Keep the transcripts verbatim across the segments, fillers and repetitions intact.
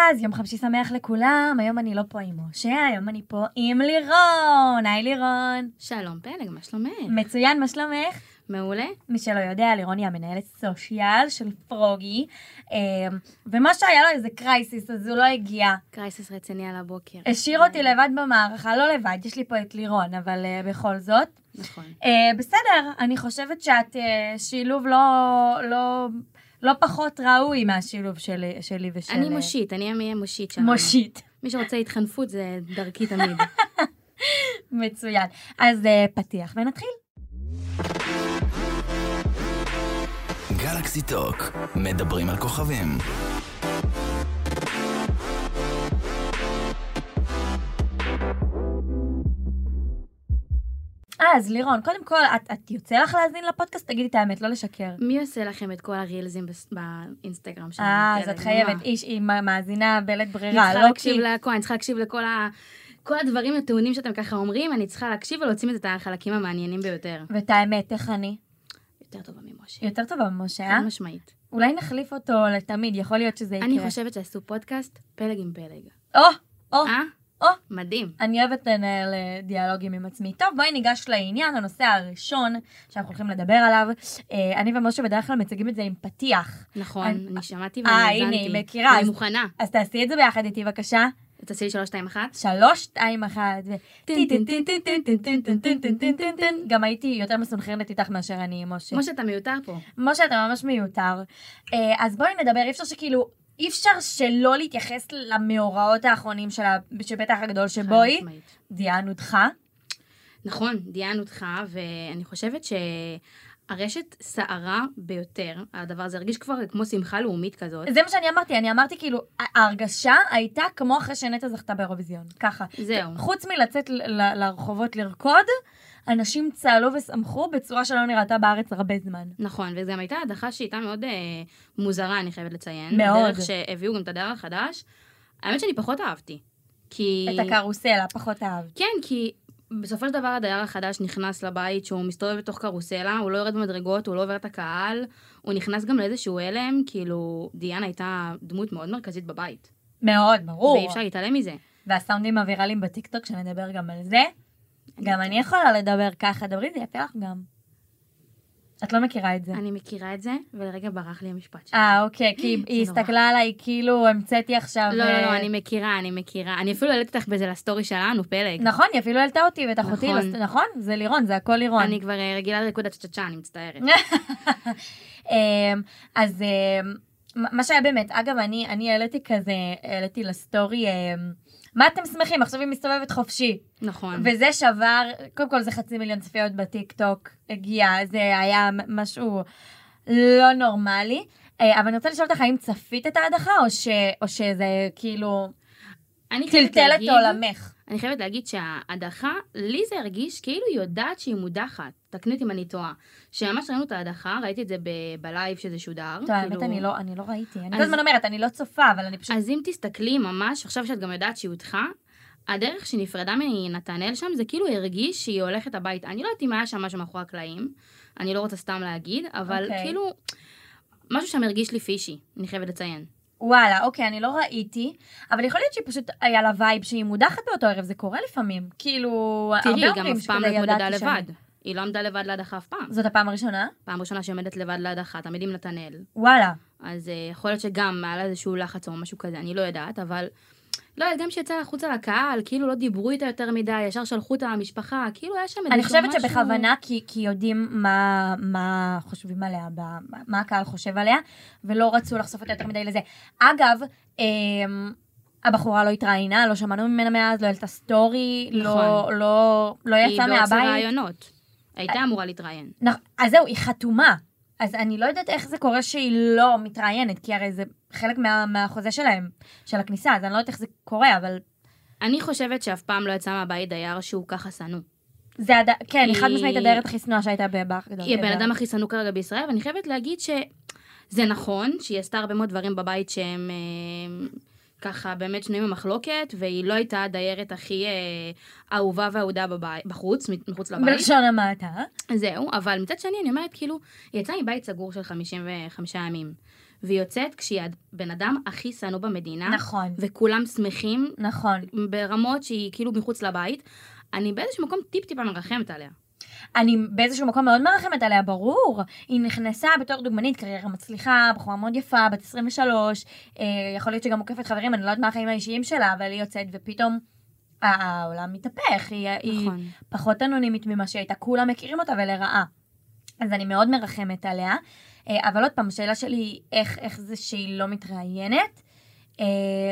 אז יום חמישי שמח לכולם, היום אני לא פה עם משה, היום אני פה עם לירון. היי לירון. שלום פלג, מה שלומך? מצוין, מה שלומך? מעולה. מי שלא יודע, לירון היא המנהלת סושיאל של פרוגי, ומה שהיה לו איזה קרייסיס, אז הוא לא הגיע. קרייסיס רציני על הבוקר. השאיר אותי לבד במערכה, לא לבד, יש לי פה את לירון, אבל בכל זאת. נכון. בסדר, אני חושבת שאת שילוב לא... לא לא פחות ראוי מהשילוב שלי, שלי ושל... אני מושית, אני אהיה מושית שם. מושית. מי שרוצה התחנפות זה דרכי תמיד. מצוין. אז פתיח ונתחיל. גלקסי טוק, מדברים על כוכבים. אז לירון, קודם כל, את, את יוצא לך להזין לפודקאסט? תגידי את האמת, לא לשקר. מי עושה לכם את כל הרילזים באינסטגרם שלנו? אה, אז את חייבת, איש היא מאזינה בלית ברירה. אני צריכה להקשיב לכל, אני צריכה להקשיב לכל ה... כל הדברים הטעונים שאתם ככה אומרים, אני צריכה להקשיב ולהוציא את החלקים המעניינים ביותר. ואת האמת, איך אני? יותר טובה ממשה. יותר טובה ממשה, אה? חד משמעית. אולי נחליף אותו לתמיד, יכול להיות שזה יקרה. אני חושבת שעשו פודקאסט פלג עם פלג. או, או. אה? או, מדהים. אני אוהבת לנהל דיאלוגים עם עצמי. טוב, בואי ניגש לעניין, הנושא הראשון שאנחנו הולכים לדבר עליו. אני ומשה בדרך כלל מציגים את זה עם פתיח. נכון, אני שמעתי ואני הזנתי. אה, הנה, היא מכירה. אני מוכנה. אז תעשי את זה ביחד איתי, בבקשה. תעשי לי שלוש, שתיים, אחת. שלוש, שתיים, אחת. גם הייתי יותר מסונכרנת איתך מאשר אני, משה. משה, אתה מיותר פה. משה, אתה ממש מיותר. אז בואי נדבר, אי אפשר שכאילו... אי אפשר שלא להתייחס למאורעות האחרונים של בטח הגדול שבו היא. דיאן הודחה. נכון, דיאן הודחה, ואני חושבת שהרשת סערה ביותר. הדבר הזה הרגיש כבר כמו שמחה לאומית כזאת. זה מה שאני אמרתי, אני אמרתי כאילו, ההרגשה הייתה כמו אחרי שנטע זכתה באירוויזיון. ככה. זהו. חוץ מלצאת לרחובות לרקוד, אנשים צהלו ושמחו בצורה שלא נראתה בארץ הרבה זמן. נכון, וזה גם הייתה הדחה שהייתה מאוד אה, מוזרה, אני חייבת לציין. מאוד. הדרך שהביאו גם את הדר החדש. האמת שאני פחות אהבתי. כי... את הקרוסלה, פחות אהבת. כן, כי בסופו של דבר הדייר החדש נכנס לבית שהוא מסתובב בתוך קרוסלה, הוא לא יורד במדרגות, הוא לא עובר את הקהל, הוא נכנס גם לאיזשהו הלם, כאילו דיאן הייתה דמות מאוד מרכזית בבית. מאוד, ברור. ואי אפשר להתעלם מזה. והסאונדים הוויראליים בטיקטוק, שנדבר גם על זה. גם אני יכולה לדבר ככה, דברי, זה יפה לך גם. את לא מכירה את זה. אני מכירה את זה, ולרגע ברח לי המשפט שלי. אה, אוקיי, כי היא הסתכלה עליי, כאילו המצאתי עכשיו... לא, לא, לא, אני מכירה, אני מכירה. אני אפילו העליתי אותך בזה לסטורי שלנו, פלג. נכון, היא אפילו העלתה אותי ואת אחותי, נכון? זה לירון, זה הכל לירון. אני כבר רגילה לריקוד צ'צ'צ'ה, אני מצטערת. אז מה שהיה באמת, אגב, אני העליתי כזה, העליתי לסטורי... מה אתם שמחים? עכשיו היא מסתובבת חופשי. נכון. וזה שבר, קודם כל זה חצי מיליון צפיות בטיק טוק, הגיע, זה היה משהו לא נורמלי. אבל אני רוצה לשאול אותך, האם צפית את ההדחה, או, ש, או שזה כאילו טלטל את עולמך? אני חייבת להגיד שההדחה, לי זה הרגיש כאילו היא יודעת שהיא מודחת. תקני אותי אם אני טועה. שממש ראינו את ההדחה, ראיתי את זה בלייב שזה שודר. טוב, האמת אני לא, אני לא ראיתי. אני כל הזמן אומרת, אני לא צופה, אבל אני פשוט... אז אם תסתכלי ממש, עכשיו שאת גם יודעת שהיא הודחה, הדרך שנפרדה מנתנאל שם, זה כאילו הרגיש שהיא הולכת הביתה. אני לא יודעת אם היה שם משהו מאחורי הקלעים, אני לא רוצה סתם להגיד, אבל okay. כאילו, משהו שם הרגיש לי פישי, אני חייבת לציין. וואלה, אוקיי, אני לא ראיתי, אבל יכול להיות שהיא פשוט היה לה וייב שהיא מודחת באותו ערב, זה קורה לפעמים. כאילו, תראי, גם אף פעם לא התמודדה לבד. היא לא עמדה לבד להדחה אף פעם. זאת הפעם הראשונה? פעם ראשונה שעומדת לבד להדחה, תמיד עם נתנאל. וואלה. אז יכול להיות שגם היה לה איזשהו לחץ או משהו כזה, אני לא יודעת, אבל לא יודעת, גם שיצא לחוץ על הקהל, כאילו לא דיברו איתה יותר מדי, ישר שלחו אותה למשפחה, כאילו היה שם אני חושבת שבכוונה, כי, כי יודעים מה, מה חושבים עליה, מה הקהל חושב עליה, ולא רצו לחשוף אותה יותר מדי לזה. אגב, הבחורה לא התראיינה, לא שמענו ממנה מאז, לא העלתה סטורי, לא, לא, לא יצאה מהבית. היא בעוצר רעיונות. הייתה אמורה להתראיין. אז זהו, היא חתומה. אז אני לא יודעת איך זה קורה שהיא לא מתראיינת, כי הרי זה חלק מה, מהחוזה שלהם, של הכניסה, אז אני לא יודעת איך זה קורה, אבל... אני חושבת שאף פעם לא יצא מהבית דייר שהוא ככה שנוא. זה הד... כן, היא חד משמעית הדיירת הכי שנואה שהייתה באח גדול. היא הבן אדם הכי שנוא כרגע בישראל, ואני חייבת להגיד שזה נכון, שהיא עשתה הרבה מאוד דברים בבית שהם... ככה באמת שנויים במחלוקת, והיא לא הייתה הדיירת הכי אה, אהובה והאהודה בבית, בחוץ, מחוץ לבית. בלשון המעטה. זהו, אבל מצד שני אני אומרת, כאילו, היא יצאה מבית סגור של חמישים וחמישה ימים, והיא יוצאת כשהיא הבן אדם הכי שנוא במדינה. נכון. וכולם שמחים. נכון. ברמות שהיא כאילו מחוץ לבית. אני באיזשהו מקום טיפ-טיפה מרחמת עליה. אני באיזשהו מקום מאוד מרחמת עליה, ברור. היא נכנסה בתור דוגמנית, קריירה מצליחה, בחורה מאוד יפה, בת עשרים ושלוש, אה, יכול להיות שגם מוקפת חברים, אני לא יודעת מה החיים האישיים שלה, אבל היא יוצאת ופתאום העולם מתהפך, היא, נכון. היא פחות אנונימית ממה שהייתה, כולם מכירים אותה ולרעה. אז אני מאוד מרחמת עליה, אה, אבל עוד פעם, השאלה שלי היא איך, איך זה שהיא לא מתראיינת, אה,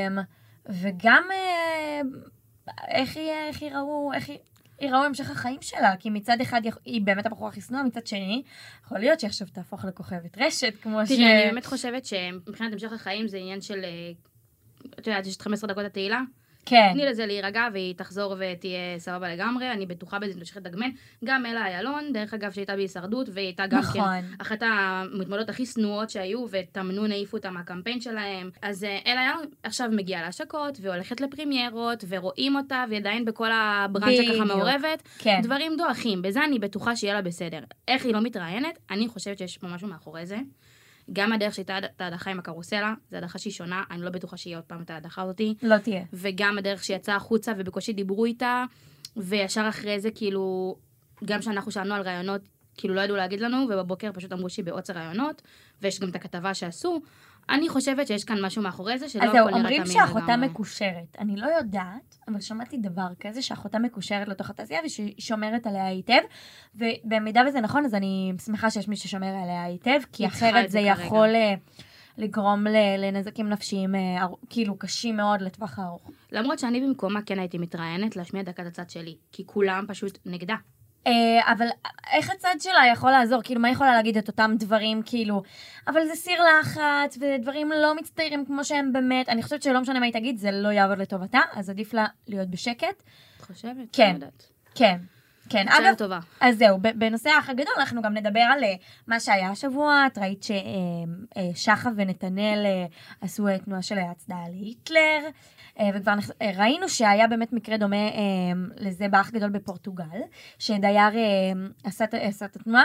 וגם אה, איך היא, איך היא ראו, איך היא... היא ראו המשך החיים שלה, כי מצד אחד היא באמת הבחורה הכי שנואה, מצד שני, יכול להיות שעכשיו תהפוך לכוכבת רשת, כמו ש... תראי, אני באמת חושבת שמבחינת המשך החיים זה עניין של, אתה יודעת, יש חמש עשרה דקות התהילה, כן. תני לזה להירגע והיא תחזור ותהיה סבבה לגמרי, אני בטוחה בזה שתמשיך לדגמן. גם אלה איילון, דרך אגב שהייתה בהישרדות, והיא הייתה גם נכון. כן אחת המתמודדות הכי שנואות שהיו, ותמנו נעיפו אותה מהקמפיין שלהם. אז אלה איילון עכשיו מגיעה להשקות, והולכת לפרימיירות, ורואים אותה, והיא עדיין בכל הברנצ'ה ככה מעורבת. כן. דברים דואחים, בזה אני בטוחה שיהיה לה בסדר. איך היא לא מתראיינת? אני חושבת שיש פה משהו מאחורי זה. גם הדרך שהייתה את ההדחה עם הקרוסלה, זו הדחה שהיא שונה, אני לא בטוחה שיהיה עוד פעם את ההדחה אותי. לא תהיה. וגם הדרך שיצאה החוצה ובקושי דיברו איתה, וישר אחרי זה כאילו, גם שאנחנו שאלנו על רעיונות, כאילו לא ידעו להגיד לנו, ובבוקר פשוט אמרו שהיא בעוצר רעיונות, ויש גם את הכתבה שעשו. אני חושבת שיש כאן משהו מאחורי זה, שלא הכל נראה תמיד לגמרי. אז זהו, אומרים שאחותה מקושרת. אני לא יודעת, אבל שמעתי דבר כזה, שאחותה מקושרת לתוך התעשייה, ושהיא שומרת עליה היטב, ובמידה וזה נכון, אז אני שמחה שיש מי ששומר עליה היטב, כי אחרת זה יכול לגרום לנזקים נפשיים, כאילו קשים מאוד לטווח הארוך. למרות שאני במקומה כן הייתי מתראיינת להשמיע דקת הצד שלי, כי כולם פשוט נגדה. אבל איך הצד שלה יכול לעזור? כאילו, מה יכולה להגיד את אותם דברים, כאילו, אבל זה סיר לחץ, ודברים לא מצטיירים כמו שהם באמת. אני חושבת שלא משנה מה היא תגיד, זה לא יעבוד לטובתה, אז עדיף לה להיות בשקט. את חושבת? כן, כן, כן. אגב, טובה. אז זהו, בנושא האח הגדול, אנחנו גם נדבר על מה שהיה השבוע. את ראית ששחה ונתנאל עשו תנועה של הצדעה להיטלר, וכבר ראינו שהיה באמת מקרה דומה לזה באח גדול בפורטוגל, שדייר עשה את התנועה,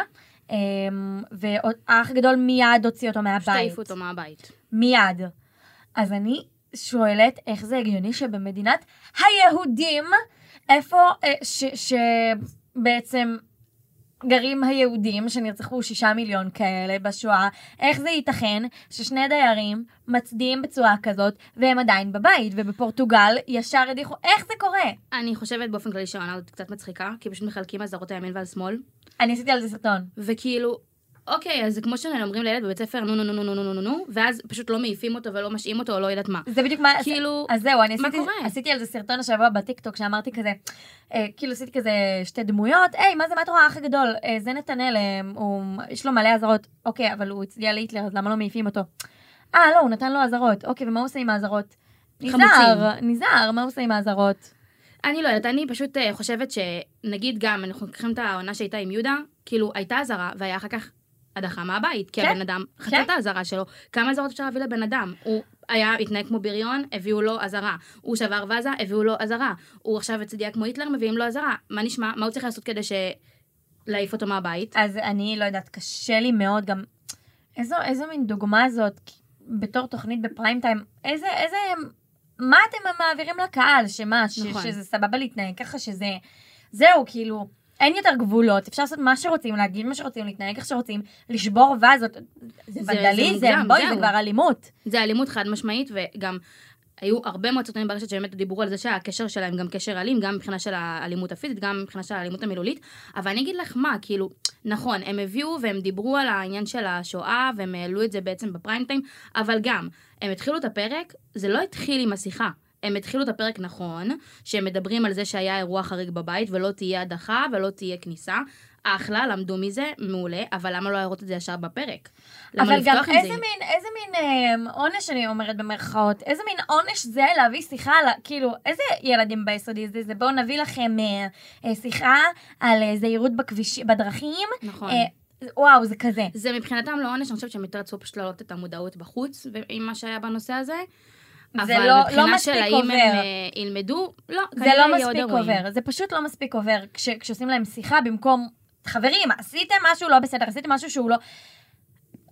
והאח גדול מיד הוציא אותו מהבית. שתעיפו אותו מהבית. מיד. אז אני שואלת איך זה הגיוני שבמדינת היהודים, איפה שבעצם גרים היהודים שנרצחו שישה מיליון כאלה בשואה, איך זה ייתכן ששני דיירים מצדיעים בצורה כזאת והם עדיין בבית, ובפורטוגל ישר הדיחו, איך זה קורה? אני חושבת באופן כללי שהעונה הזאת קצת מצחיקה, כי פשוט מחלקים אזהרות הימין ועל שמאל. אני עשיתי על זה סרטון. וכאילו, אוקיי, אז זה כמו שאומרים לילד בבית ספר, נו נו נו נו נו נו נו נו, ואז פשוט לא מעיפים אותו ולא משאים אותו או לא יודעת מה. זה בדיוק מה, כאילו, אז זהו, אני מה עשיתי, קורה? עשיתי על זה סרטון השבוע בטיקטוק, שאמרתי כזה, אה, כאילו עשיתי כזה שתי דמויות, היי, מה זה, מה את רואה, האח הגדול? אה, זה נתנאל, אה, הוא, יש לו מלא עזרות, אוקיי, אבל הוא הצדיע להיטלר, אז למה לא מעיפים אותו? אה, לא, הוא נתן לו עזרות, אוקיי, ומה הוא עושה עם העזרות? נזהר, נזהר, מה הוא עושה עם העזרות? אני לא יודעת, אני פשוט uh, חושבת שנגיד גם, אנחנו לקחים את העונה שהייתה עם יהודה, כאילו הייתה עזרה, והיה אחר כך הדחה מהבית, כי הבן אדם חצה את העזרה שלו. כמה עזרות אפשר להביא לבן אדם? הוא היה התנהג כמו בריון, הביאו לו עזרה. הוא שבר וזה, הביאו לו עזרה. הוא עכשיו הצדיע כמו היטלר, מביאים לו עזרה. מה נשמע? מה הוא צריך לעשות כדי להעיף אותו מהבית? אז אני לא יודעת, קשה לי מאוד גם, איזו, איזו מין דוגמה הזאת, בתור תוכנית בפריים טיים, איזה, איזה, מה אתם מעבירים לקהל? שמה, נכון. ש, שזה סבבה להתנהג ככה שזה, זהו, כאילו, אין יותר גבולות, אפשר לעשות מה שרוצים, להגיד מה שרוצים, להתנהג איך שרוצים, לשבור וזאת, זה ונדליזם, בואי, זה כבר אלימות. זה אלימות חד משמעית, וגם היו הרבה מאוד סרטונים ברשת שבאמת דיברו על זה שהקשר שלהם גם קשר אלים, גם מבחינה של האלימות הפיזית, גם מבחינה של האלימות המילולית, אבל אני אגיד לך מה, כאילו, נכון, הם הביאו והם דיברו על העניין של השואה, והם העלו את זה בעצם בפריים טיים, אבל גם, הם התחילו את הפרק, זה לא התחיל עם השיחה. הם התחילו את הפרק נכון, שהם מדברים על זה שהיה אירוע חריג בבית, ולא תהיה הדחה ולא תהיה כניסה. אחלה, למדו מזה, מעולה, אבל למה לא להראות את זה ישר בפרק? אבל גם איזה זה? מין, איזה מין אה, עונש, אני אומרת במרכאות, איזה מין עונש זה להביא שיחה, על, כאילו, איזה ילדים ביסודי זה, זה בואו נביא לכם אה, אה, שיחה על אה, זהירות בכביש, בדרכים. נכון. אה, וואו, זה כזה. זה מבחינתם לא עונש, אני חושבת שהם יותר רצו פשוט להעלות את המודעות בחוץ, עם מה שהיה בנושא הזה. זה לא, לא מספיק עובר. אבל מבחינה של האם הם ילמדו, לא, זה לא מספיק עובר. זה פשוט לא מספיק עובר. כש, כשעושים להם שיחה במקום, חברים, עשיתם משהו לא בסדר, עשיתם משהו שהוא לא...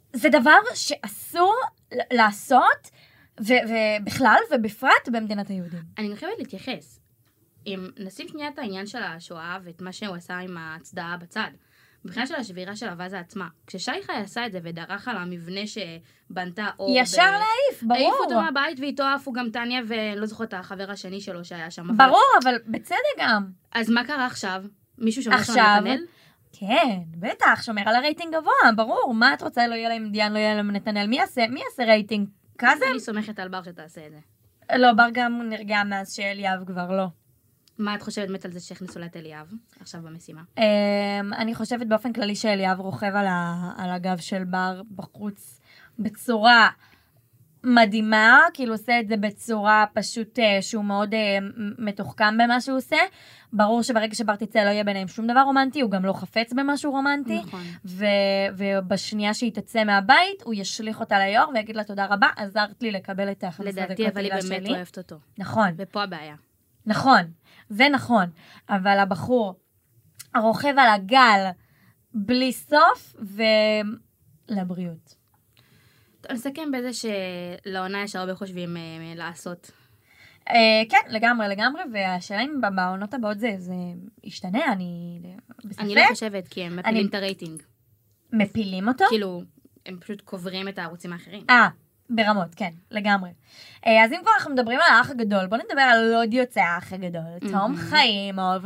זה דבר שאסור לעשות, ובכלל ובפרט במדינת היהודים. אני חייבת להתייחס. אם נשים שנייה את העניין של השואה ואת מה שהוא עשה עם ההצדעה בצד, מבחינה של השבירה של הוואזה עצמה, כששי חי עשה את זה ודרך על המבנה שבנתה אור... ישר להעיף, ברור. העיף אותו מהבית ואיתו עפו גם טניה ולא זוכרת את החבר השני שלו שהיה שם. ברור, אבל בצדק גם. אז מה קרה עכשיו? מישהו שומר שם עכשיו, נתנאל? כן, בטח, שומר על הרייטינג גבוה, ברור. מה את רוצה? לא יהיה להם דיין, לא יהיה להם נתנאל. מי יעשה, מי יעשה רייטינג? כזה? אני סומכת על בר שתעשה את זה. לא, בר גם נרגע מאז שאליאב כבר לא. מה את חושבת באמת על זה שהכניסו לה את אליאב עכשיו במשימה? אני חושבת באופן כללי שאליאב רוכב על, ה, על הגב של בר בחוץ בצורה מדהימה, כאילו עושה את זה בצורה פשוט שהוא מאוד מתוחכם במה שהוא עושה. ברור שברגע שבר תצא לא יהיה ביניהם שום דבר רומנטי, הוא גם לא חפץ במשהו רומנטי. נכון. ו, ובשנייה שהיא תצא מהבית, הוא ישליך אותה ליאור ויגיד לה תודה רבה, עזרת לי לקבל את ה-חמש עשרה דקות לדעתי, אבל היא שלי. באמת אוהבת אותו. נכון. ופה הבעיה. נכון, זה נכון, אבל הבחור הרוכב על הגל בלי סוף ולבריאות. נסכם בזה שלעונה יש הרבה חושבים לעשות. כן, לגמרי, לגמרי, והשאלה אם בעונות הבאות זה ישתנה, אני בספק. אני לא חושבת, כי הם מפילים את הרייטינג. מפילים אותו? כאילו, הם פשוט קוברים את הערוצים האחרים. אה, ברמות, כן, לגמרי. אז אם כבר אנחנו מדברים על האח הגדול, בואו נדבר על עוד יוצא האח הגדול, תום חיימוב.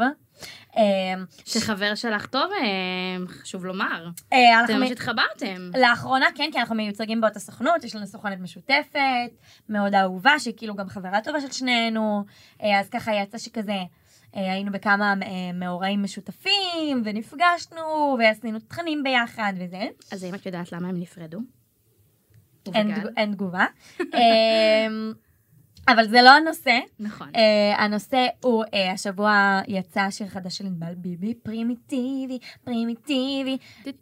שחבר שלך טוב, חשוב לומר. אתם ממש התחברתם. לאחרונה, כן, כי אנחנו מיוצגים באותה סוכנות, יש לנו סוכנת משותפת, מאוד אהובה, שהיא כאילו גם חברה טובה של שנינו, אז ככה יצא שכזה, היינו בכמה מאורעים משותפים, ונפגשנו, ועשינו תכנים ביחד וזה. אז האם את יודעת למה הם נפרדו? אין תגובה. אבל זה לא הנושא. נכון. הנושא הוא, השבוע יצא שיר חדש של ענבל ביבי, פרימיטיבי, פרימיטיבי.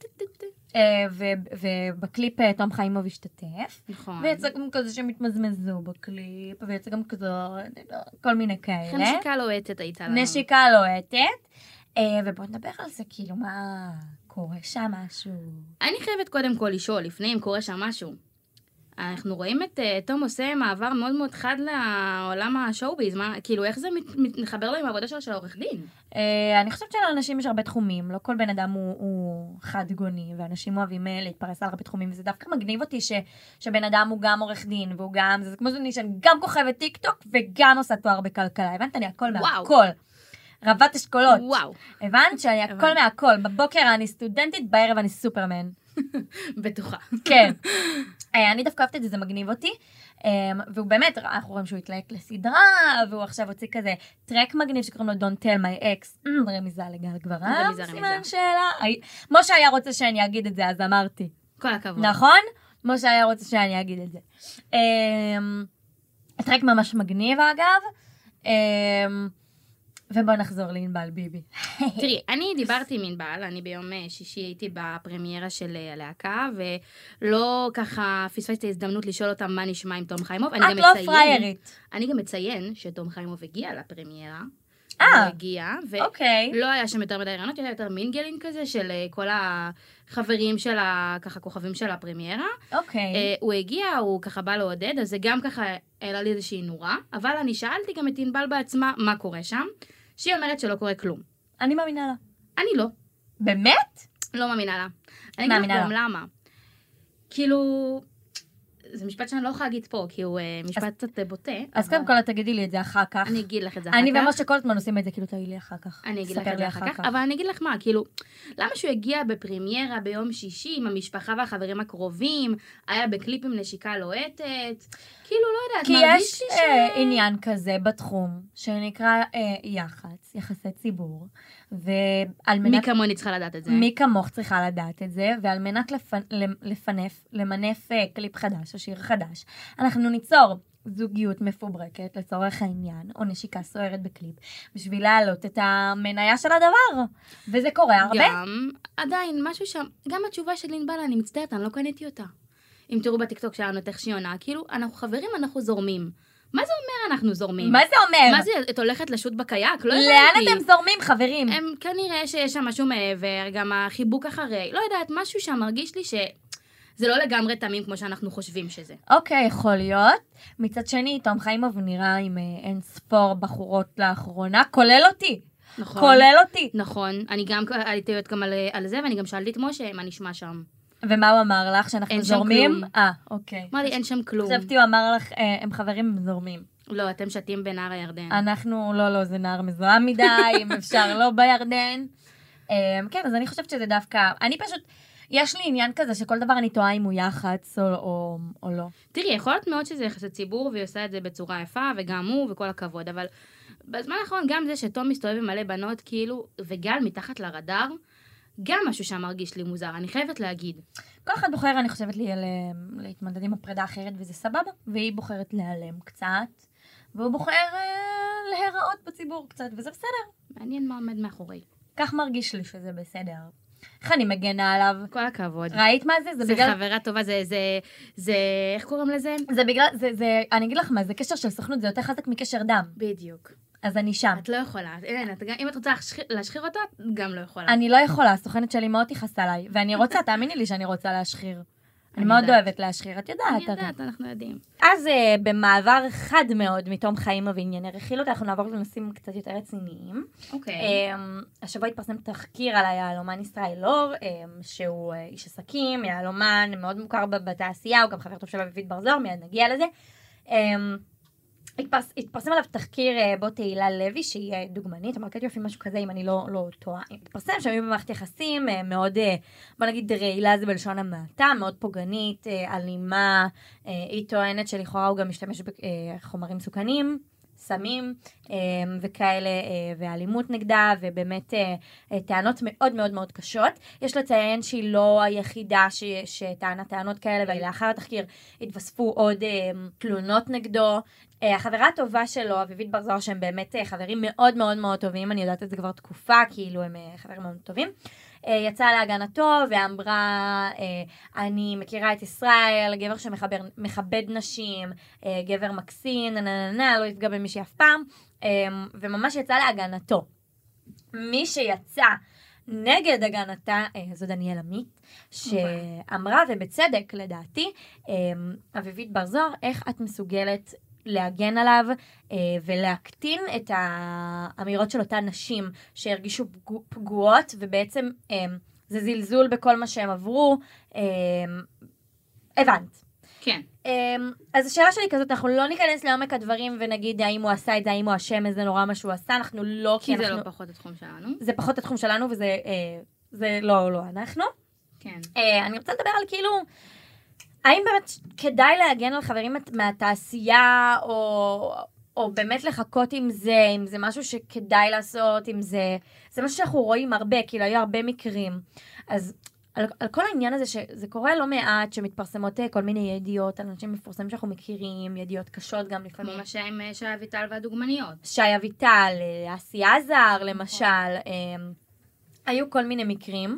ובקליפ תום חיימוב השתתף. נכון. ויצא גם כזה שמתמזמזו בקליפ, ויצא גם כזה כל מיני כאלה. נשיקה לוהטת הייתה לנו. נשיקה לוהטת. ובואו נדבר על זה, כאילו, מה קורה שם משהו? אני חייבת קודם כל לשאול, לפני אם קורה שם משהו. אנחנו רואים את uh, תום עושה מעבר מאוד מאוד חד לעולם השואו-ביז, כאילו איך זה מת, מת, מחבר לו עם העבודה שלו של העורך דין? Uh, אני חושבת שלאנשים יש הרבה תחומים, לא כל בן אדם הוא, הוא חד גוני, ואנשים אוהבים uh, להתפרס על הרבה תחומים, וזה דווקא מגניב אותי ש, שבן אדם הוא גם עורך דין, והוא גם, זה כמו שאני שאני גם כוכבת טיק טוק, וגם עושה תואר בכלכלה, הבנת? אני הכל מהכל. רבת אשכולות. וואו. הבנת שאני הכל מהכל, בבוקר אני סטודנטית, בערב אני סופרמן. בטוחה. כן. אני דווקא אוהבת את זה, זה מגניב אותי, והוא באמת, אנחנו רואים שהוא התלהק לסדרה, והוא עכשיו הוציא כזה טרק מגניב שקוראים לו Don't Tell My Ex, רמיזה לגל גברם, סימן שאלה. משה היה רוצה שאני אגיד את זה, אז אמרתי. כל הכבוד. נכון? משה היה רוצה שאני אגיד את זה. טרק ממש מגניב אגב, ובוא נחזור לענבל ביבי. תראי, אני דיברתי עם ענבל, אני ביום שישי הייתי בפרמיירה של הלהקה, ולא ככה פספסתי את ההזדמנות לשאול אותם מה נשמע עם תום חיימוב. את לא פריירית. אני גם מציין שתום חיימוב הגיע לפרמיירה. אה, הוא הגיע, ולא היה שם יותר מדי רעיונות, היה יותר מינגלינג כזה של כל החברים של ככה כוכבים של הפרמיירה. אוקיי. הוא הגיע, הוא ככה בא לעודד, אז זה גם ככה העלה לי איזושהי נורה, אבל אני שאלתי גם את ענבל בעצמה מה קורה שם. שהיא אומרת שלא קורה כלום. אני מאמינה לה. אני לא. באמת? לא מאמינה לה. אני אגיד לך גם למה. כאילו, זה משפט שאני לא יכולה להגיד פה, כי הוא משפט קצת בוטה. אז קודם כל תגידי לי את זה אחר כך. אני אגיד לך את זה אחר כך. אני ומשה כל הזמן עושים את זה, כאילו תגידי לי אחר כך. אני אגיד לך את זה אחר כך. אבל אני אגיד לך מה, כאילו, למה שהוא הגיע בפרמיירה ביום שישי עם המשפחה והחברים הקרובים, היה בקליפ עם נשיקה לוהטת, כאילו לא יודעת, כי יש עניין כזה בתחום, שנקרא יח"צ, יחסי ציבור, ועל מנת... מי כמוני צריכה לדעת את זה? מי כמוך צריכה לדעת את זה, ועל מנת לפנף, למנף קליפ חדש או שיר חדש, אנחנו ניצור זוגיות מפוברקת לצורך העניין, או נשיקה סוערת בקליפ, בשביל להעלות את המניה של הדבר, וזה קורה הרבה. גם, עדיין, משהו שם, גם התשובה של ענבל, אני מצטערת, אני לא קניתי אותה. אם תראו בטיקטוק שלנו את איך שהיא עונה, כאילו, אנחנו חברים, אנחנו זורמים. מה זה אומר אנחנו זורמים? מה זה אומר? מה זה, את הולכת לשוט בקייק? לא הבנתי. לאן אתם זורמים, חברים? הם כנראה שיש שם משהו מעבר, גם החיבוק אחרי, לא יודעת, משהו שם מרגיש לי ש... זה לא לגמרי תמים כמו שאנחנו חושבים שזה. אוקיי, יכול להיות. מצד שני, תום חיימוב נראה עם אין ספור בחורות לאחרונה, כולל אותי. נכון. כולל אותי. נכון. אני גם הייתי יודעת גם על, על זה, ואני גם שאלתי את משה מה נשמע שם. ומה הוא אמר לך? שאנחנו זורמים? אה, אוקיי. אמר לי, אין שם כלום. חשבתי, הוא אמר לך, הם חברים, הם זורמים. לא, אתם שתים בנהר הירדן. אנחנו, לא, לא, זה נהר מזוהם מדי, אם אפשר לא בירדן. כן, אז אני חושבת שזה דווקא, אני פשוט, יש לי עניין כזה שכל דבר אני טועה אם הוא יח"צ או, או, או לא. תראי, יכול להיות מאוד שזה יחסי ציבור, והיא עושה את זה בצורה יפה, וגם הוא, וכל הכבוד, אבל בזמן האחרון גם זה שתום מסתובב עם מלא בנות, כאילו, וגל מתחת לרדאר, גם משהו שם מרגיש לי מוזר, אני חייבת להגיד. כל אחד בוחר, אני חושבת לי, להתמודד עם הפרידה אחרת, וזה סבבה, והיא בוחרת להיעלם קצת, והוא בוחר להיראות בציבור קצת, וזה בסדר. מעניין מה עומד מאחורי. כך מרגיש לי שזה בסדר. איך אני מגנה עליו? כל הכבוד. ראית מה זה? זה, זה בגלל... חברה טובה, זה, זה, זה, איך קוראים לזה? זה בגלל, זה, זה, אני אגיד לך מה, זה קשר של סוכנות, זה יותר חזק מקשר דם. בדיוק. אז אני שם. את לא יכולה. אין, את, אם את רוצה להשחיר, להשחיר אותה, גם לא יכולה. אני לא יכולה, הסוכנת שלי מאוד תיחסה עליי, ואני רוצה, תאמיני לי שאני רוצה להשחיר. אני מאוד אוהבת להשחיר, את יודעת. אני יודעת, אנחנו יודעים. אז במעבר חד מאוד מתום חיימוב וענייני רכילות, אנחנו נעבור לנושאים קצת יותר רציניים. אוקיי. השבוע התפרסם תחקיר על היהלומן ישראל אור, שהוא איש עסקים, יהלומן מאוד מוכר בתעשייה, הוא גם חבר טוב של אביבית בר זוהר, מיד נגיע לזה. התפרס, התפרסם עליו תחקיר בו תהילה לוי, שהיא דוגמנית, אמרקת יופי משהו כזה, אם אני לא, לא טועה. התפרסם שהם היו במערכת יחסים מאוד, בוא נגיד, רעילה זה בלשון המעטה, מאוד פוגענית, אלימה, היא טוענת שלכאורה הוא גם משתמש בחומרים מסוכנים, סמים וכאלה, ואלימות נגדה, ובאמת טענות מאוד מאוד מאוד קשות. יש לציין שהיא לא היחידה שטענה טענות כאלה, ולאחר התחקיר התווספו עוד תלונות נגדו. החברה הטובה שלו, אביבית בר זוהר, שהם באמת חברים מאוד מאוד מאוד טובים, אני יודעת את זה כבר תקופה, כאילו הם חברים מאוד טובים, יצאה להגנתו ואמרה, אני מכירה את ישראל, גבר שמכבד נשים, גבר מקסין, ננננה, לא יפגע במישהי אף פעם, וממש יצאה להגנתו. מי שיצא נגד הגנתה, זו דניאל עמית, שאמרה, ובצדק לדעתי, אביבית בר זוהר, איך את מסוגלת להגן עליו אה, ולהקטין את האמירות של אותן נשים שהרגישו פגוע, פגועות, ובעצם אה, זה זלזול בכל מה שהם עברו. אה, הבנת. כן. אה, אז השאלה שלי כזאת, אנחנו לא ניכנס לעומק הדברים ונגיד האם הוא עשה את זה, האם הוא אשם, איזה נורא מה שהוא עשה, אנחנו לא... כי, כי זה אנחנו, לא פחות התחום שלנו. זה פחות התחום שלנו וזה אה, זה לא, לא אנחנו. כן. אה, אני רוצה לדבר על כאילו... האם באמת כדאי להגן על חברים מהתעשייה, או, או באמת לחכות עם זה, אם זה משהו שכדאי לעשות, אם זה, זה משהו שאנחנו רואים הרבה, כאילו היו הרבה מקרים. אז על, על כל העניין הזה, שזה קורה לא מעט, שמתפרסמות כל מיני ידיעות, על אנשים מפורסמים שאנחנו מכירים, ידיעות קשות גם לפעמים. כמו מה שהיה עם שי אביטל והדוגמניות. שי אביטל, אסי עזר למשל, היו כל מיני מקרים.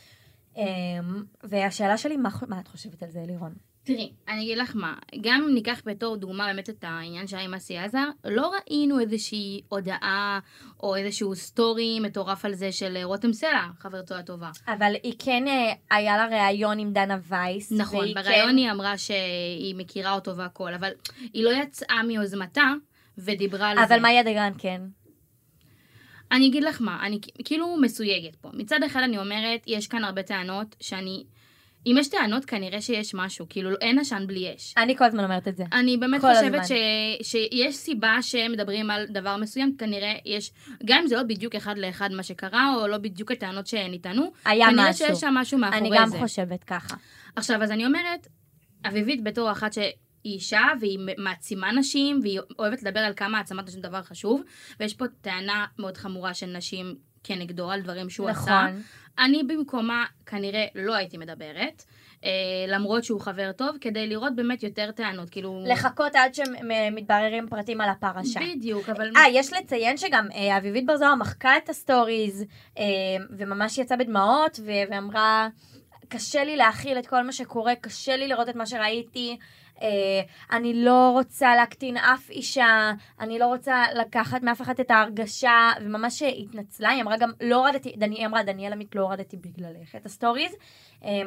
והשאלה שלי, מה, מה את חושבת על זה, לירון? תראי, אני אגיד לך מה, גם אם ניקח בתור דוגמה באמת את העניין שהיה עם אסי עזר, לא ראינו איזושהי הודעה או איזשהו סטורי מטורף על זה של רותם סלע, חברתו הטובה. אבל היא כן, היה לה ראיון עם דנה וייס. נכון, בראיון כן... היא אמרה שהיא מכירה אותו והכל, אבל היא לא יצאה מיוזמתה ודיברה על אבל זה. אבל מה ידגן כן? אני אגיד לך מה, אני כאילו מסויגת פה. מצד אחד אני אומרת, יש כאן הרבה טענות שאני... אם יש טענות, כנראה שיש משהו. כאילו, אין עשן בלי אש. אני כל הזמן אומרת את זה. אני באמת חושבת ש... שיש סיבה שהם מדברים על דבר מסוים, כנראה יש... גם אם זה לא בדיוק אחד לאחד מה שקרה, או לא בדיוק הטענות שנטענו, היה כנראה משהו. שיש שם משהו מאחורי אני זה. גם חושבת ככה. עכשיו, אז אני אומרת, אביבית בתור אחת שהיא אישה, והיא מעצימה נשים, והיא אוהבת לדבר על כמה העצמת נשים דבר חשוב, ויש פה טענה מאוד חמורה של נשים כנגדו על דברים שהוא נכון. עשה. אני במקומה כנראה לא הייתי מדברת, אה, למרות שהוא חבר טוב, כדי לראות באמת יותר טענות, כאילו... לחכות עד שמתבררים פרטים על הפרשה. בדיוק, אבל... אה, יש לציין שגם אה, אביבית בר זוהר מחקה את הסטוריז, אה, וממש יצאה בדמעות, ו- ואמרה, קשה לי להכיל את כל מה שקורה, קשה לי לראות את מה שראיתי, Uh, אני לא רוצה להקטין אף אישה, אני לא רוצה לקחת מאף אחד את ההרגשה, וממש התנצלה, היא אמרה גם, לא הורדתי, דני, היא אמרה, דניאל עמית לא הורדתי בגללך את הסטוריז, um,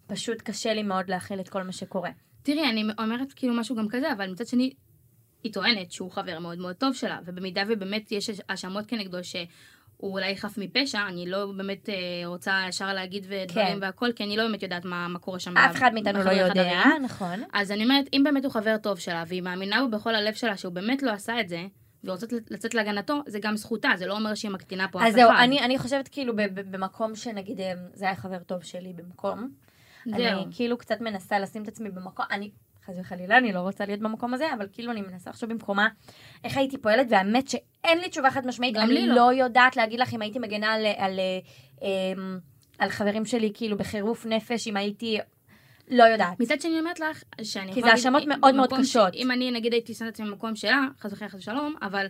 פשוט קשה לי מאוד להכיל את כל מה שקורה. תראי, אני אומרת כאילו משהו גם כזה, אבל מצד שני, היא טוענת שהוא חבר מאוד מאוד טוב שלה, ובמידה ובאמת יש האשמות כנגדו שהוא אולי חף מפשע, אני לא באמת רוצה ישר להגיד ודברים והכל, כי אני לא באמת יודעת מה קורה שם. אף אחד מאיתנו לא יודע, נכון. אז אני אומרת, אם באמת הוא חבר טוב שלה, והיא מאמינה בו בכל הלב שלה שהוא באמת לא עשה את זה, ורוצות לצאת להגנתו, זה גם זכותה, זה לא אומר שהיא מקטינה פה אף אחד. אז זהו, אני, אני חושבת כאילו במקום שנגיד, זה היה חבר טוב שלי במקום, אני כאילו קצת מנסה לשים את עצמי במקום, אני, חס וחלילה, אני לא רוצה להיות במקום הזה, אבל כאילו אני מנסה עכשיו במקומה, איך הייתי פועלת, והאמת שאין לי תשובה חד משמעית, אני לא. לא יודעת להגיד לך אם הייתי מגנה על, על, על, על חברים שלי, כאילו בחירוף נפש, אם הייתי... לא יודעת. מצד שאני אומרת לך, שאני כי זה האשמות מאוד מאוד קשות. אם אני נגיד הייתי שמת עצמי במקום שלה, חס וחלילה חס ושלום, אבל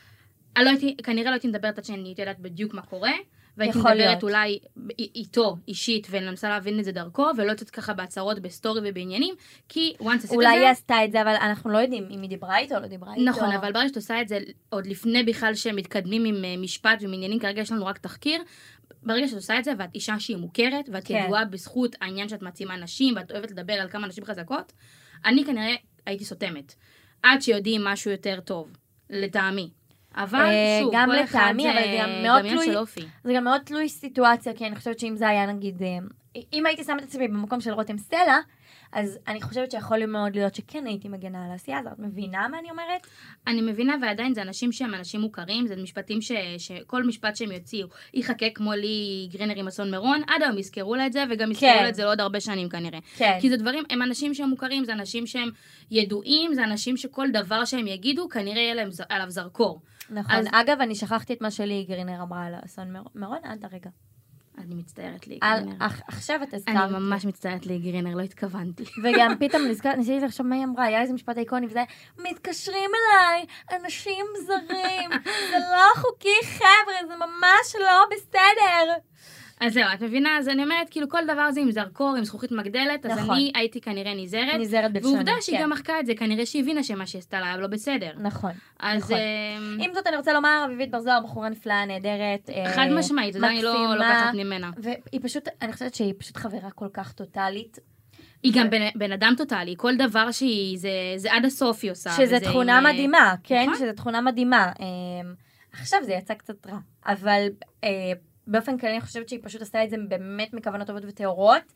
לא הייתי, כנראה לא הייתי מדברת עד שאני הייתי יודעת בדיוק מה קורה, והייתי מדברת אולי איתו אישית, וננסה להבין את זה דרכו, ולא יוצאת ככה בהצהרות, בסטורי ובעניינים, כי once עשית את זה... אולי היא עשתה את זה, אבל אנחנו לא יודעים אם היא דיברה איתו או לא דיברה איתו. נכון, אבל ברגע שאת עושה את זה, עוד לפני בכלל שהם מתקדמים עם משפט ומעניינים, כרגע יש לנו רק תחקיר, ברגע שאת עושה את זה, ואת אישה שהיא מוכרת, ואת כן. ידועה בזכות העניין שאת מעצימה נשים, ואת אוהבת לדבר על כמה נשים חזקות, אני כנראה הייתי סותמת. עד שיודעים משהו יותר טוב, לטעמי. אבל שוב, גם כל אחד לטעמי, זה אבל זה גם מאוד דמיין של אופי. זה גם מאוד תלוי סיטואציה, כי אני חושבת שאם זה היה נגיד, אם הייתי שמת את עצמי במקום של רותם סטלה, אז אני חושבת שיכול מאוד להיות שכן הייתי מגנה על העשייה הזאת. את מבינה מה אני אומרת? אני מבינה, ועדיין זה אנשים שהם אנשים מוכרים, זה משפטים ש, שכל משפט שהם יוציאו, יחכה כמו לי גרינר עם אסון מירון, עד היום יזכרו לה את זה, וגם יזכרו כן. לה את זה לעוד הרבה שנים כנראה. כן. כי זה דברים, הם אנשים שהם מוכרים, זה אנשים שהם ידועים, זה אנשים שכל דבר שהם יגידו, כנראה יהיה להם עליו זרקור. נכון. אז... אגב, אני שכחתי את מה שלי גרינר אמרה על אסון מירון, עד הרגע. אני מצטערת לי גרינר. עכשיו את הזכרת. אני ממש מצטערת לי גרינר, לא התכוונתי. וגם פתאום ניסיתי לחשוב מה היא אמרה, היה איזה משפט איקוני, וזה, מתקשרים אליי, אנשים זרים, זה לא חוקי חבר'ה, זה ממש לא בסדר. אז זהו, את מבינה? אז אני אומרת, כאילו כל דבר זה עם זרקור, עם זכוכית מגדלת, אז נכון. אני הייתי כנראה נזהרת. נזהרת בלשון. ועובדה שהיא כן. גם מחקה את זה, כנראה שהיא הבינה שמה שהיא עשתה לה היה לא בסדר. נכון. אז... נכון. אה... עם זאת אני רוצה לומר, אביבית בר זוהר, בחורה נפלאה, נהדרת. חד אה, משמעית, זה אני לא לוקחת ממנה. והיא פשוט, אני חושבת שהיא פשוט חברה כל כך טוטלית. היא גם בן, בן אדם טוטלי, כל דבר שהיא, זה, זה עד הסוף היא עושה. שזה תכונה עם... מדהימה, כן? נכון? שזה תכונה מדהימה. אה, עכשיו זה יצא קצת רע, אבל... אה, באופן כללי אני חושבת שהיא פשוט עשתה את זה באמת מכוונות טובות וטהורות,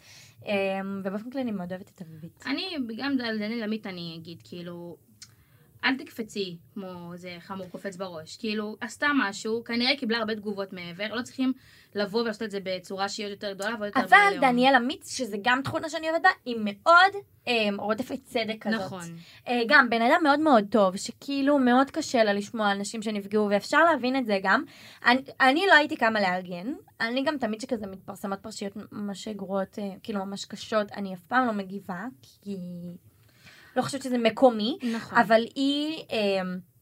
ובאופן כללי אני מאוד אוהבת את אביבית. אני, גם על דני למית אני אגיד, כאילו, אל תקפצי כמו זה חמור קופץ בראש, כאילו, עשתה משהו, כנראה קיבלה הרבה תגובות מעבר, לא צריכים לבוא ולעשות את זה בצורה שהיא יותר גדולה ויותר אבל דניאל אמיץ, שזה גם תכונה שאני אוהבת בה, היא מאוד אה, רודפת צדק כזאת. נכון. אה, גם בן אדם מאוד מאוד טוב, שכאילו מאוד קשה לה לשמוע אנשים שנפגעו, ואפשר להבין את זה גם. אני, אני לא הייתי כמה להגן, אני גם תמיד שכזה מתפרסמת פרשיות ממש גרועות, אה, כאילו ממש קשות, אני אף פעם לא מגיבה, כי... לא חושבת שזה מקומי, נכון. אבל היא, אה,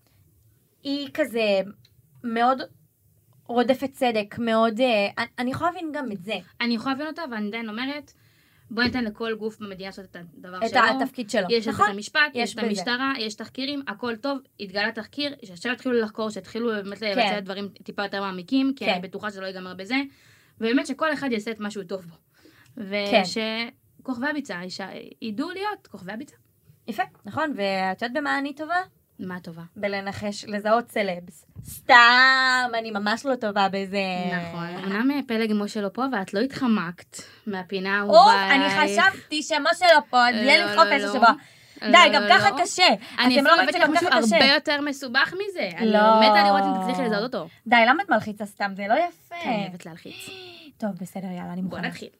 היא כזה מאוד רודפת צדק, מאוד, אה, אני יכולה להבין גם את זה. אני יכולה להבין אותה, ואני עדיין אומרת, בוא ניתן לכל גוף במדינה לעשות את הדבר את שלו. את התפקיד שלו. יש נכון? את המשפט, יש, יש את בזה. המשטרה, יש תחקירים, הכל טוב, התגלה תחקיר, שעכשיו התחילו לחקור, שהתחילו באמת כן. לבצע דברים טיפה יותר מעמיקים, כי כן. אני בטוחה שזה לא ייגמר בזה, ובאמת שכל אחד יעשה את משהו טוב בו. כן. ושכוכבי הביצה, ידעו להיות כוכבי הביצה. יפה, נכון, ואת יודעת במה אני טובה? מה טובה? בלנחש, לזהות סלבס. סתם, אני ממש לא טובה בזה. נכון. אמנם פלג משה לא פה, ואת לא התחמקת מהפינה האהובה. אוף, אני חשבתי שמשה לא פה, בלי לדחוף איזה שבוע. די, גם ככה קשה. אני אתם לא רואים שגם משהו ככה קשה. הרבה יותר מסובך מזה. אני לא. מתה לראות אם תצליחי לזהות אותו. די, למה את מלחיצה סתם? זה לא יפה. אני אוהבת להלחיץ. טוב, בסדר, יאללה, אני בוא מוכנה. נתחיל.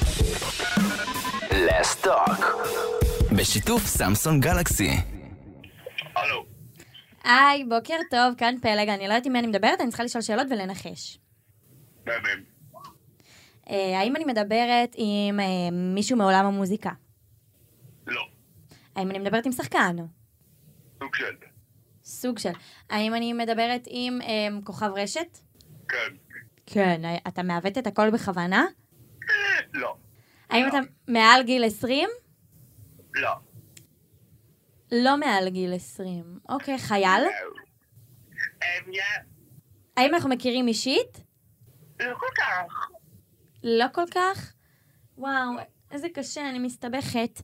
Let's talk. בשיתוף סמסונג גלקסי. הלו. היי, בוקר טוב, כאן פלג, אני לא יודעת עם מי אני מדברת, אני צריכה לשאול שאלות ולנחש. באמת. אה, האם אני מדברת עם אה, מישהו מעולם המוזיקה? לא. האם אני מדברת עם שחקן? סוג של. סוג של. האם אני מדברת עם אה, כוכב רשת? כן. כן. אתה מעוות את הכל בכוונה? לא. האם לא. אתה מעל גיל עשרים? לא. לא מעל גיל עשרים. אוקיי, חייל? אמ, יא. האם אנחנו מכירים אישית? לא כל כך. לא כל כך? וואו, איזה קשה, אני מסתבכת.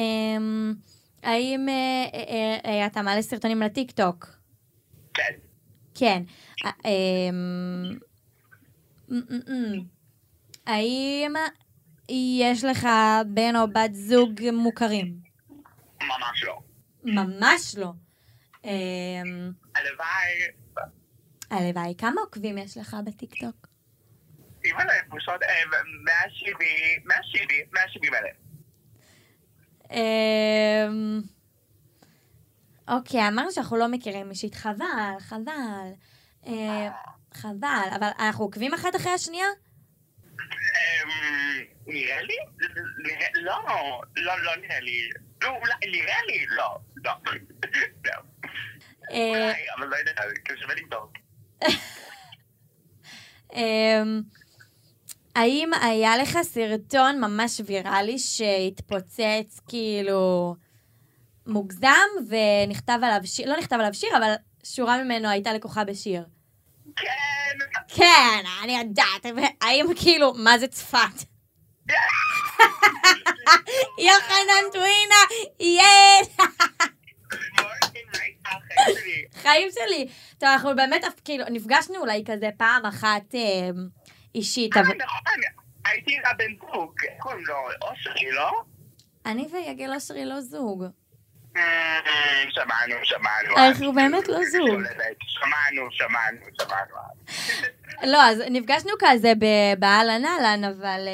האם אתה מעלה סרטונים לטיק-טוק? כן. כן. האם יש לך בן או בת זוג מוכרים? ממש לא. ממש לא. הלוואי. הלוואי. כמה עוקבים יש לך בטיק-טוק? אם אלה פשוט מאה שבעים, מאה שבעים, מאה שבעים אלף. אוקיי, אמרנו שאנחנו לא מכירים אישית. חבל, חבל. חבל, אבל אנחנו עוקבים אחת אחרי השנייה? נראה לי? לא, לא, לא נראה לי. נראה לי, לא, לא. אולי, אבל לא יודע, כשווה לבדוק. האם היה לך סרטון ממש ויראלי שהתפוצץ כאילו מוגזם ונכתב עליו שיר, לא נכתב עליו שיר, אבל שורה ממנו הייתה לקוחה בשיר? כן. כן, אני יודעת. האם כאילו, מה זה צפת? יוחנן טווינה, יש! חיים שלי. טוב, אנחנו באמת, כאילו, נפגשנו אולי כזה פעם אחת אישית. אה, נכון, הייתי הבן זוג, קוראים לו אושרי, לא? אני ויגל אושרי לא זוג. שמענו, שמענו. אנחנו באמת לא זוג. שמענו, שמענו, שמענו. לא, אז נפגשנו כזה באהלן אהלן, אבל...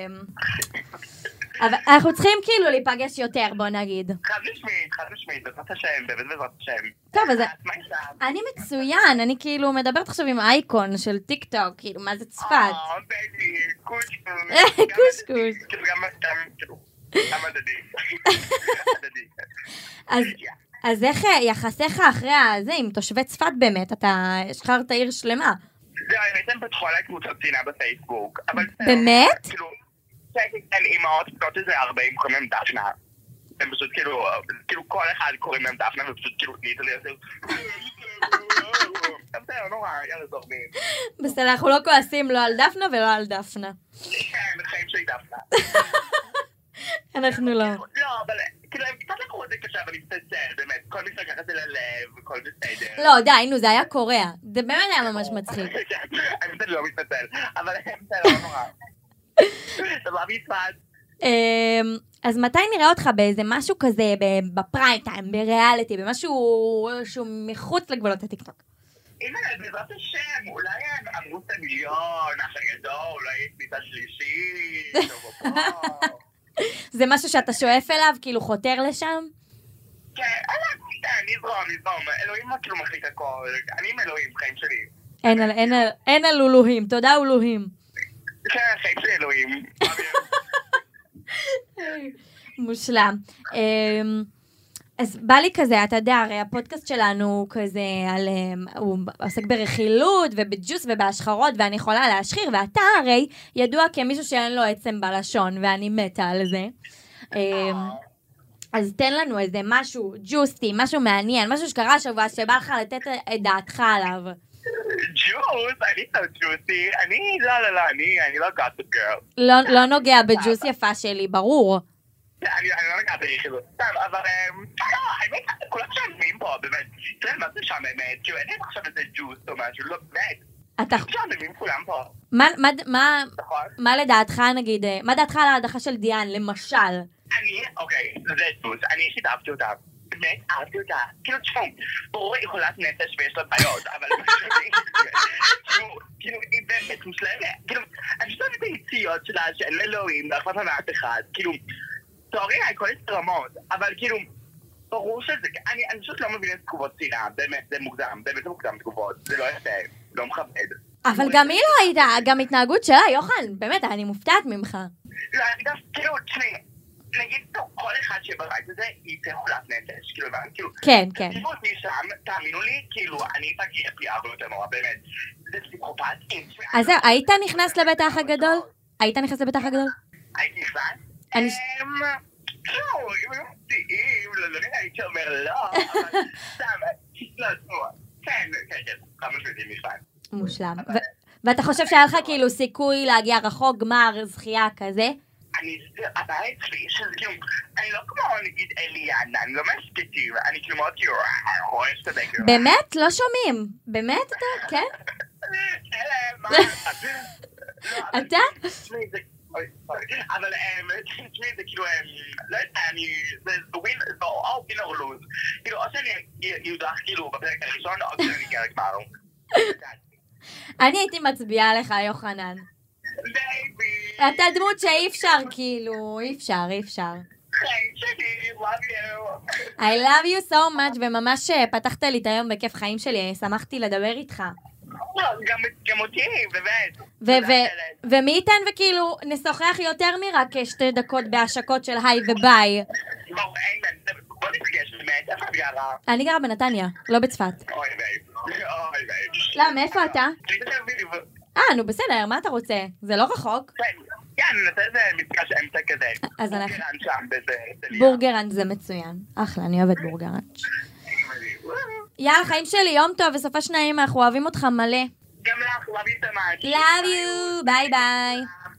אבל אנחנו צריכים כאילו להיפגש יותר, בוא נגיד. חד משמעית, חד משמעית, בעזרת השם, באמת בעזרת השם. טוב, אז אני מצוין, אני כאילו מדברת עכשיו עם אייקון של טיק טוק, כאילו, מה זה צפת? אה, בייבי, קושקוש. קושקוש. כאילו, גם, כאילו, גם הדדי. הדדי. אז איך יחסיך אחרי הזה עם תושבי צפת באמת? אתה שחררת עיר שלמה. לא, האמת הם פתחו עליי קבוצות צנעה בפייסבוק. באמת? כאילו, כן, אימהות פתות איזה ארבעים קוראים להם דפנה. הם פשוט כאילו, כאילו כל אחד קוראים להם דפנה ופשוט כאילו נהיית לי יותר... בסדר, נורא, יאללה זורמים. בסדר, אנחנו לא כועסים לא על דפנה ולא על דפנה. כן, בחיים שלי דפנה. אנחנו לא. לא, אבל כאילו הם קצת לקחו את זה קשה, אבל מתנצל, באמת. כל מי שלקח את זה ללב, וכל בסדר. לא, די, נו, זה היה קורע. זה באמת היה ממש מצחיק. אני לא מתנצל, אבל הם בסדר, נורא. דבר מצפת. אז מתי נראה אותך באיזה משהו כזה, בפריים טיים, בריאליטי, במשהו שהוא מחוץ לגבולות הטיקטוק? הנה, בעזרת השם, אולי הם אמרו את המיליון, אח הגדול, אולי קליטה שלישית, או בוא. זה משהו שאתה שואף אליו, כאילו חותר לשם? כן, נזרום, נזרום. אלוהים לא כאילו מחליט הכל. אני עם אלוהים, חיים שלי. אין על אלוהים, תודה אלוהים. כן, חיים שלי אלוהים. מושלם. אז בא לי כזה, אתה יודע, הרי הפודקאסט שלנו הוא כזה, על, הוא עוסק ברכילות ובג'וס ובהשחרות, ואני יכולה להשחיר, ואתה הרי ידוע כמישהו שאין לו עצם בלשון, ואני מתה על זה. אז תן לנו איזה משהו ג'וסטי, משהו מעניין, משהו שקרה השבוע, שבא לך לתת את דעתך עליו. ג'וס? אני לא ג'וסי, אני, לא, לא, לא, אני לא got the girl. לא נוגע בג'וס יפה שלי, ברור. אני לא נגע ברכילות, סתם, אבל האמת, כולם שעממים פה, באמת, תראה, מה זה שם באמת? כאילו, אין לי עכשיו איזה ג'וס או משהו, לא, באמת. אתה... שעממים כולם פה. מה לדעתך, נגיד, מה דעתך על ההדחה של דיאן, למשל? אני, אוקיי, זה ג'וס, אני אישית אהבתי אותה. באמת, אהבתי אותה. כאילו, תשמעו, ברור היא חולת נפש ויש לה בעיות, אבל כאילו, היא באמת מושלמת. כאילו, אני חושבת את היציאות שלה, שאין לאלוהים, לא אכפת מאף אחד, כאילו, תוארי, כל רמות, אבל כאילו, ברור שזה, אני, אני פשוט לא מבין את תגובות צנעה, באמת, זה מוקדם, באמת זה מוקדם תגובות, זה לא יפה, לא מכבד. אבל גם היא לא הייתה, גם התנהגות שלה, יוחנן, באמת, אני מופתעת ממך. לא, אני גם, כאילו, תשמעי, נגיד, כל אחד שבבית הזה, היא תחולת נפש, כאילו, כאילו, כן, כן. תשימו אותי שם, תאמינו לי, כאילו, אני תגיע פי ארבע יותר נורא, באמת, זה פסיכופת, אז זהו, היית נכנס לבית האח הגדול? היית נכנס לבית האח הגדול? הייתי נכנס? אני... לא, אם היו מפתיעים, לא נראה, הייתי אומר לא, אבל סתם, לא, כן, כן, כן, כמה שבידים נכנס. מושלם. ואתה חושב שהיה לך כאילו סיכוי להגיע רחוק, גמר, זכייה כזה? אני, הבעיה אצלי, שזה כאילו, אני לא כמו נגיד אליאנה, אני לא מסכתים, אני כאילו מאוד כאילו, רואה שאתה כאילו. באמת? לא שומעים. באמת אתה? כן? אלה, מה? אתה? אבל תשמעי, זה כאילו, לא יודע, אני, זה ווין, זה או ווין או לוז. כאילו, או שאני יודח כאילו בפרק הראשון, או שאני אגיע לגמר. אני הייתי מצביעה לך, יוחנן. בייבי. אתה דמות שאי אפשר, כאילו, אי אפשר, אי אפשר. חיים שלי, love you. I love you so much, וממש פתחת לי את היום בכיף חיים שלי, שמחתי לדבר איתך. גם אותי, באמת. ומי ייתן וכאילו נשוחח יותר מרק שתי דקות בהשקות של היי וביי. בוא נפגש באמת, איפה את גרה? אני גרה בנתניה, לא בצפת. אוי בייב, אוי בייב. למה, איפה אתה? אני בתל אביב. אה, נו בסדר, מה אתה רוצה? זה לא רחוק. כן, נעשה איזה מפגש אמצע כזה. אז אנחנו... בורגרן שם, באיזה... בורגרן זה מצוין. אחלה, אני אוהבת בורגרן. יאללה, חיים שלי, יום טוב, וסופה שניים, אנחנו אוהבים אותך מלא. גם לך, love you so much. love you, ביי ביי.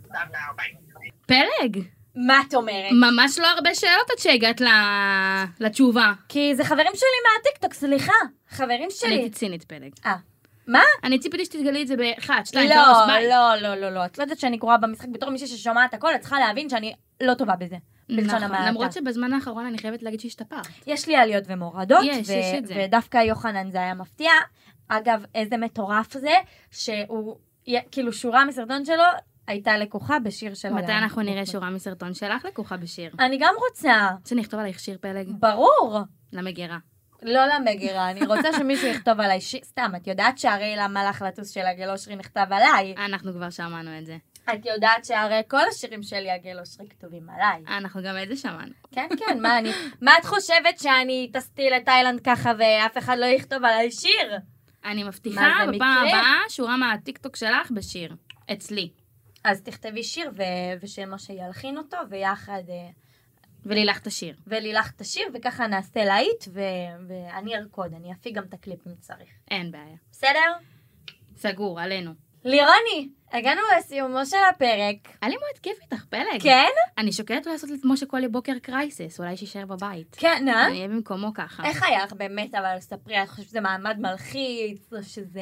פלג. מה את אומרת? ממש לא הרבה שאלות עד שהגעת לתשובה. כי זה חברים שלי מהטיקטוק, סליחה. חברים שלי. אני הייתי צינית, פלג. אה. מה? אני ציפיתי שתתגלי את זה באחת, שתיים, לא, שלוש, ביי. לא, לא, לא, לא. את לא יודעת שאני קוראה במשחק בתור מישהי ששומעת הכל, את צריכה להבין שאני לא טובה בזה. נכון, למרות שבזמן האחרון אני חייבת להגיד שהשתפרת. יש לי עליות ומורדות, יש, יש את זה. ודווקא יוחנן זה היה מפתיע. אגב, איזה מטורף זה, שהוא, כאילו שורה מסרטון שלו, הייתה לקוחה בשיר של... מתי אנחנו נראה שורה מסרטון שלך לקוחה בשיר? אני גם רוצה. שנכתוב עלייך שיר פלג? ברור. למגירה. לא למגירה, אני רוצה שמישהו יכתוב עליי שיר, סתם, את יודעת שהרי למלאך לטוס של הגל אושרי נכתב עליי. אנחנו כבר שמענו את זה. את יודעת שהרי כל השירים שלי הגל אושרי כתובים עליי. אנחנו גם את זה שמענו. כן, כן, מה אני, מה את חושבת שאני טסתי לתאילנד ככה ואף אחד לא יכתוב עליי שיר? אני מבטיחה בפעם הבאה שורה מהטיקטוק שלך בשיר, אצלי. אז תכתבי שיר ושמשה ילחין אותו ויחד... ולילך את השיר. ולילך את השיר, וככה נעשה להיט, ואני ארקוד, אני אפיק גם את הקליפ אם צריך. אין בעיה. בסדר? סגור, עלינו. לירוני, הגענו לסיומו של הפרק. היה לי מאוד כיף איתך, פלג. כן? אני שוקלת לעשות כמו שכל בוקר קרייסס, אולי שישאר בבית. כן, אה? אני אהיה במקומו ככה. איך היה לך באמת, אבל ספרי, את חושבת שזה מעמד מלחיץ, או שזה...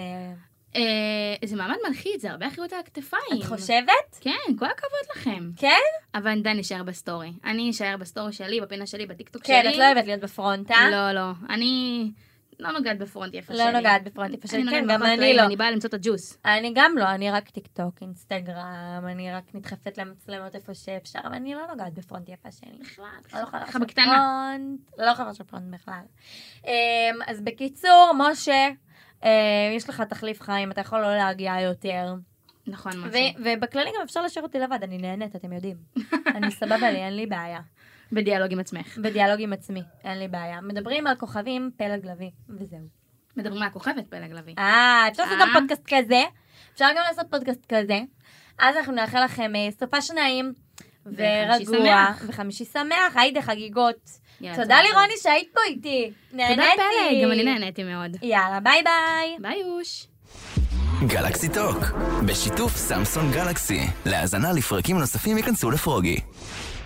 זה מעמד מלחיץ, זה הרבה אחריות על הכתפיים. את חושבת? כן, כל הכבוד לכם. כן? אבל אני די נשאר בסטורי. אני נשאר בסטורי שלי, בפינה שלי, בטיקטוק שלי. כן, את לא אוהבת להיות בפרונט, אה? לא, לא. אני לא נוגעת בפרונט יפה שלי. לא נוגעת בפרונט יפה שלי, כן, גם אני אני לא. אני באה למצוא את הג'וס. אני גם לא, אני רק טיקטוק, אינסטגרם, אני רק נדחפת למצלמות איפה שאפשר, אבל אני לא נוגעת בפרונט יפה שלי. בכלל, לא יכולה ככה בקטנה. לא יכולה לעשות פרונט בכלל. אז בקיצור, משה, יש לך תחליף חיים, אתה יכול לא להגיע יותר. נכון, משה. ובכללי גם אפשר לשאיר אותי לבד, אני נהנית, אתם יודעים. אני סבבה לי, אין לי בעיה. בדיאלוג עם עצמך. בדיאלוג עם עצמי, אין לי בעיה. מדברים על כוכבים, פלג לוי, וזהו. מדברים על כוכבת פלג לוי. אה, אפשר לעשות גם פודקאסט כזה. אפשר גם לעשות פודקאסט כזה. אז אנחנו נאחל לכם סופה שניים, ורגוע, וחמישי שמח, היידה חגיגות. תודה לירוני שהיית פה איתי. נהניתי. תודה פלג, גם אני נהניתי מאוד. יאללה, ביי ביי. ביי יוש. גלקסי טוק, בשיתוף סמסון גלקסי. להאזנה לפרקים נוספים ייכנסו לפרוגי.